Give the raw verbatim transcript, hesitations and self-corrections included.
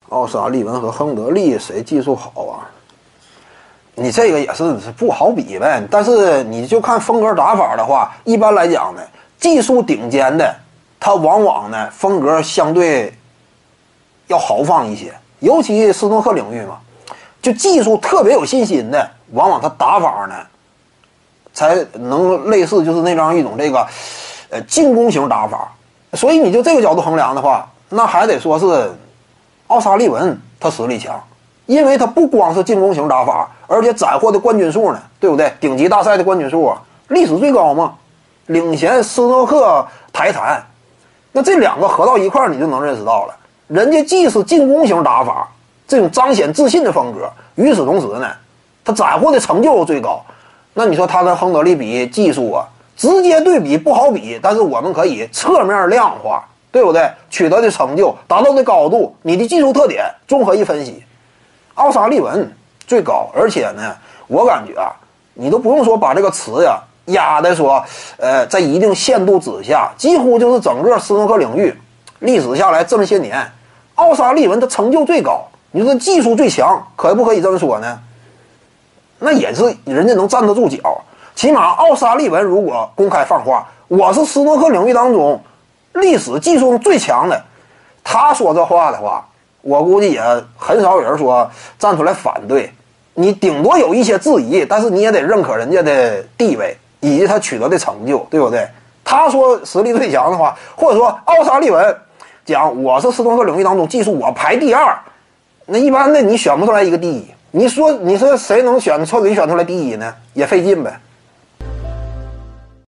奥沙利文和亨德利谁技术好啊？你这个也是不好比呗。但是你就看风格打法的话，一般来讲呢，技术顶尖的，他往往呢风格相对要豪放一些，尤其斯诺克领域嘛，就技术特别有信心的，往往他打法呢才能类似就是那样一种这个呃进攻型打法。所以你就这个角度衡量的话，那还得说是奥沙利文他实力强，因为他不光是进攻型打法，而且斩获的冠军数呢，对不对？顶级大赛的冠军数啊，历史最高嘛，领先斯诺克台坛。那这两个合到一块儿，你就能认识到了，人家既是进攻型打法，这种彰显自信的风格，与此同时呢，他斩获的成就最高。那你说他跟亨德利比技术啊，直接对比不好比，但是我们可以侧面量化，对不对？取得的成就，达到的高度，你的技术特点综合一分析，奥沙利文最高。而且呢，我感觉啊，你都不用说把这个词呀压的说，呃，在一定限度之下，几乎就是整个斯诺克领域历史下来这么些年，奥沙利文的成就最高。你说技术最强，可不可以这么说呢？那也是人家能站得住脚。起码奥沙利文如果公开放话，我是斯诺克领域当中历史技术最强的，他说这话的话，我估计也很少有人说站出来反对。你顶多有一些质疑，但是你也得认可人家的地位以及他取得的成就，对不对？他说实力最强的话，或者说奥沙利文讲我是斯诺克领域当中技术我排第二，那一般的你选不出来一个第一。你说你说谁能选出你选出来第一呢？也费劲呗。